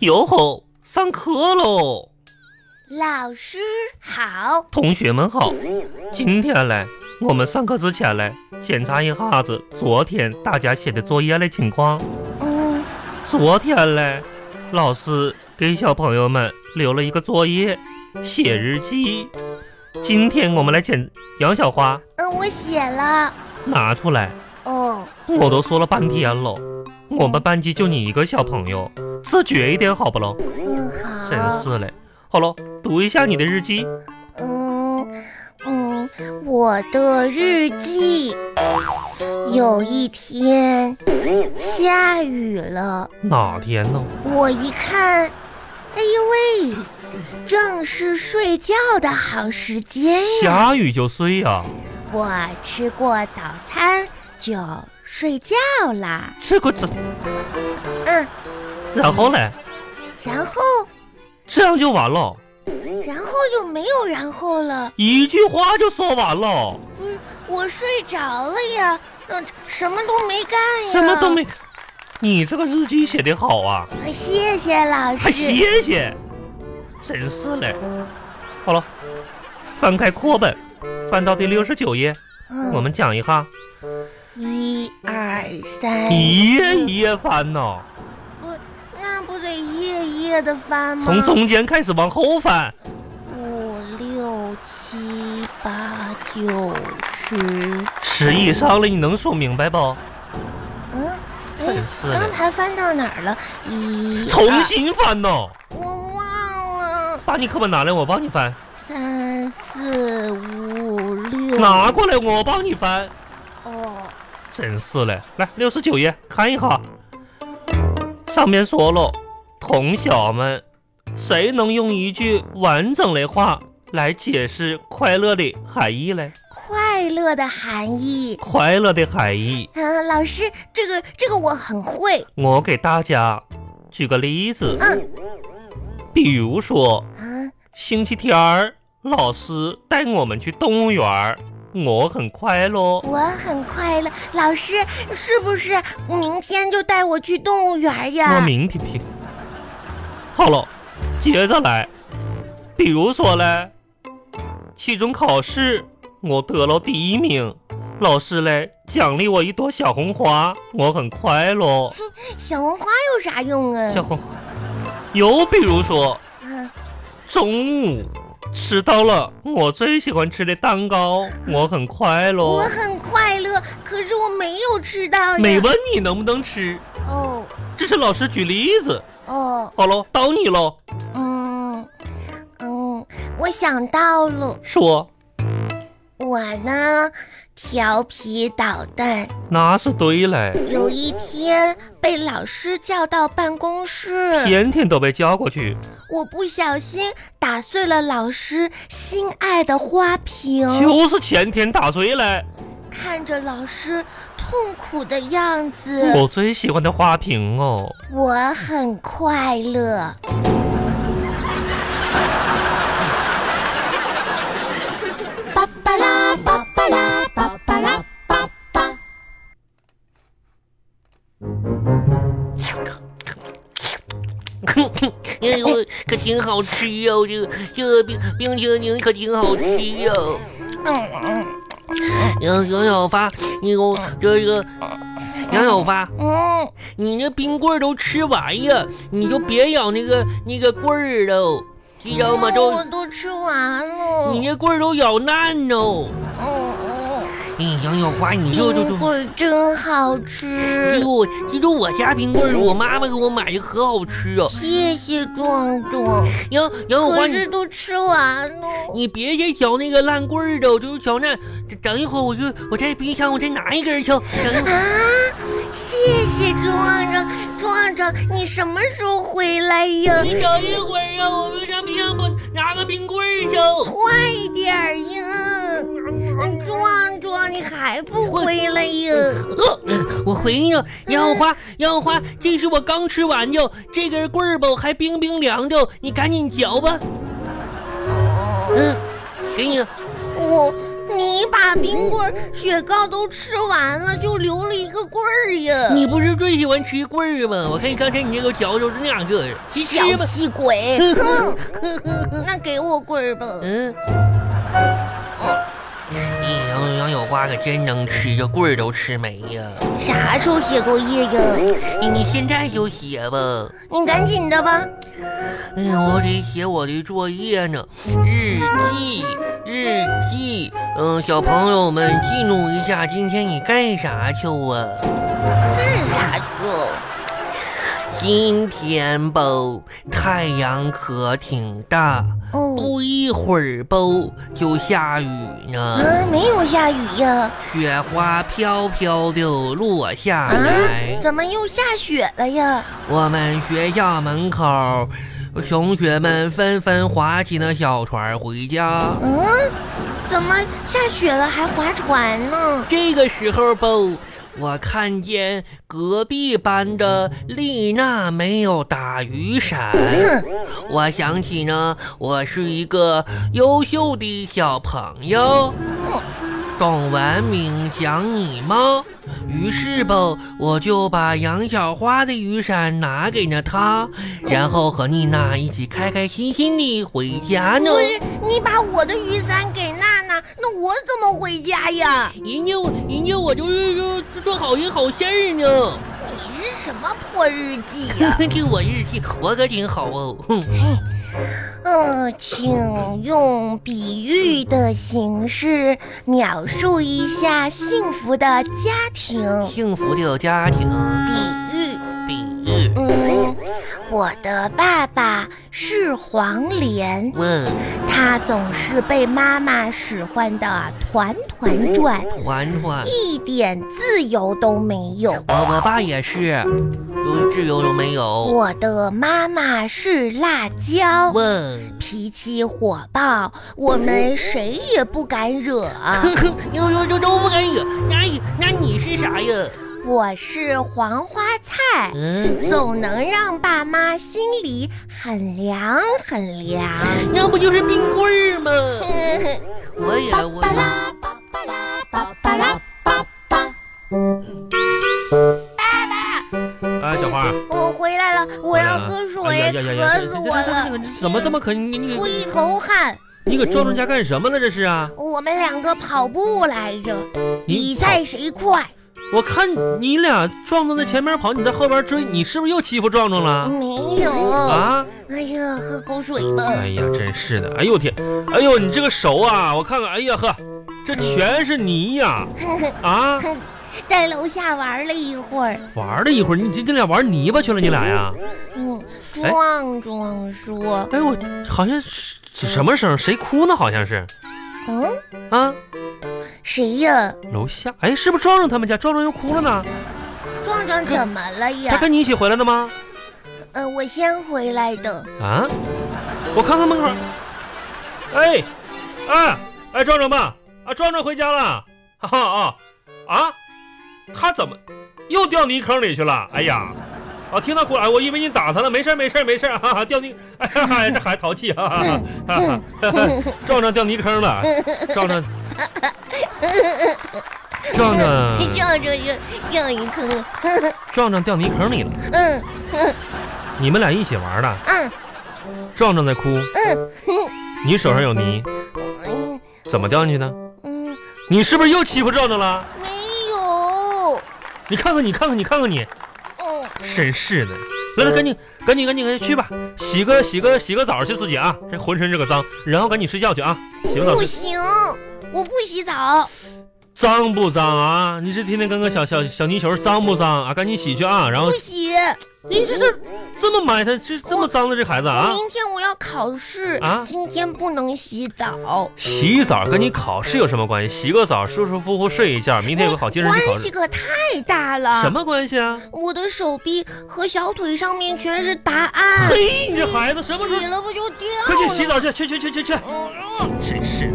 哟吼，上课喽！ 老师好， 同学们好。今天呢，我们上课之前呢，检查一下子昨天大家写的作业的情况。昨天呢，老师给小朋友们留了一个作业，写日记。今天我们来杨小花， 我写了。 拿出来。我都说了半天了，我们班级就你一个小朋友，自觉一点好不咯？ 好。 真是嘞。好了，读一下你的日记。 我的日记。有一天下雨了。 哪天呢？ 我一看，哎呦喂，正是睡觉的好时间呀。 下雨就睡呀？ 我吃过早餐就睡觉啦。 吃过然后呢？ 然后这样就完了？ 然后就没有然后了， 一句话就说完了。 不是，我睡着了呀，什么都没干呀。 什么都没干？你这个日记写得好啊！ 谢谢老师。 还谢谢，真是嘞。好了，翻开课本，翻到第69页，我们讲一下。 1、2、3， 一页一页翻呢。 那不得一页一页的翻吗？ 从中间开始往后翻。 5、6、7、8、9、10。10 以上了，你能数明白不？真是的。 刚才翻到哪儿了？ 重新翻呢。 我忘了。 把你课本拿来，我帮你翻。 3、4、5、6。 拿过来，我帮你翻。真是嘞。来，69页看一下。上面说了，同学们，谁能用一句完整的话来解释快乐的含义呢？ 快乐的含义。 快乐的含义。 老师，这个我很会。 我给大家举个例子。比如说，星期天儿，老师带我们去动物园，我很快乐。 我很快乐。老师，是不是明天就带我去动物园呀？ 我明天好了，接着来。比如说呢，期中考试我得了第1名，老师嘞奖励我一朵小红花，我很快乐。 小红花有啥用啊？ 小红花。又比如说，中午吃到了我最喜欢吃的蛋糕，我很快乐。 我很快乐，可是我没有吃到呀。 没问你能不能吃。这是老师举例子。好了，到你了。 我想到了。 说。 我呢，调皮捣蛋。 那是对嘞。 有一天被老师叫到办公室， 天天都被叫过去。 我不小心打碎了老师心爱的花瓶。 就是前天打碎嘞。 看着老师痛苦的样子， 我最喜欢的花瓶哦。 我很快乐。巴巴拉巴巴拉巴巴拉巴巴。 哎呦，可挺好吃哟！这个冰淇淋可挺好吃哟。杨小发，杨小发，你那冰棍都吃完呀，你就别咬那个棍儿了，知道吗？ 我都吃完了。 你那棍儿都咬烂喽。杨小花，你冰棍真好吃。 记住我家冰棍，我妈妈给我买的可好吃啊！ 谢谢壮壮。 杨小花， 可是都吃完了。 你别再嚼那个烂棍儿了，就是嚼那。等一会儿我在冰箱我再拿一根去。 谢谢壮壮，你什么时候回来呀？ 你等一会儿啊，我们上冰箱拿个冰棍儿去。 快点呀！壮，你还不回来呀？ 我回呀，杨小花，这是我刚吃完的，这根棍儿吧还冰冰凉的，你赶紧嚼吧。给你。 你把冰棍雪糕都吃完了，就留了一个棍儿呀！ 你不是最喜欢吃棍儿吗？我看你刚才你那个嚼都是那样个，你吃小吧。 气鬼！哼，那给我棍儿吧。 杨小花可真能吃，这棍儿都吃没呀。 啥时候写作业呀？ 你现在就写吧。 你赶紧的吧。 哎呀，我得写我的作业呢，日记。小朋友们记录一下，今天你干啥去啊？ 干啥去？ 今天吧，太阳可挺大，不一会儿吧就下雨呢。 没有下雨呀。 雪花飘飘的落下来。 怎么又下雪了呀？ 我们学校门口，同学们纷纷划起了小船回家。 怎么下雪了还划船呢？ 这个时候吧，我看见隔壁班的丽娜没有打雨伞，我想起呢，我是一个优秀的小朋友，懂文明讲礼貌。于是吧，我就把杨小花的雨伞拿给了她，然后和丽娜一起开开心心地回家呢。 不是，你把我的雨伞给娜娜，那我怎么回家呀？ 人家我就是做好人好事儿呢。 你是什么破日记呀？ 这我日记，我可挺好哦。 请用比喻的形式描述一下幸福的家庭。 幸福的家庭。比喻。 我的爸爸是黄连，他总是被妈妈使唤的团团转，一点自由都没有。 我爸也是，自由都没有。 我的妈妈是辣椒，脾气火爆，我们谁也不敢惹啊。 都不敢惹。那你是啥呀？ 我是黄花菜，总能让爸妈心里很凉很凉。 那不就是冰棍儿吗？我也。 爸爸， 小花， 我回来了，我要喝水，渴死我了。 怎么这么渴？你出一头汗。 你搁壮壮家干什么呢？这是啊？ 我们两个跑步来着，比赛谁快。 我看你俩壮壮在前面跑，你在后边追，你是不是又欺负壮壮了？ 没有啊！ 哎呀，喝口水吧。 哎呀，真是的！哎呦天！哎呦，你这个手啊，我看看，哎呀呵，这全是泥呀！啊！ 在楼下玩了一会儿。 玩了一会儿，你俩玩泥巴去了？你俩呀？ 壮壮说：“ 哎，我好像是什么声？谁哭呢？好像是。 谁呀？ 楼下。哎，是不是壮壮他们家？壮壮又哭了呢？ 壮壮怎么了呀？ 他跟你一起回来的吗？ 我先回来的。 啊？我看看门口。哎，壮壮吧，壮壮回家了。哈哈他怎么又掉泥坑里去了？哎呀！听到哭，我以为你打他了，没事，哈哈，掉泥，哎呀，这孩子淘气，哈哈，壮壮掉泥坑了，壮壮掉泥坑了， 壮壮掉泥坑里了，你们俩一起玩的，壮壮在哭，你手上有泥，怎么掉进去的？你是不是又欺负壮壮了？ 没有， 你看看你。真是的，来，赶紧去吧，洗个澡去自己啊，这浑身这个脏，然后赶紧睡觉去啊，洗个澡。 不行，我不洗澡。 脏不脏啊？你这天天跟个小泥球，脏不脏啊？赶紧洗去啊，然后不洗。 你这么埋汰，这么脏的这孩子啊！ 明天我要考试啊，今天不能洗澡。 洗澡跟你考试有什么关系？洗个澡，舒舒服服睡一觉，明天有个好精神去考试。 关系可太大了。 什么关系啊？ 我的手臂和小腿上面全是答案。 嘿，你这孩子什么时候洗了不就掉了？ 快去洗澡去！真是。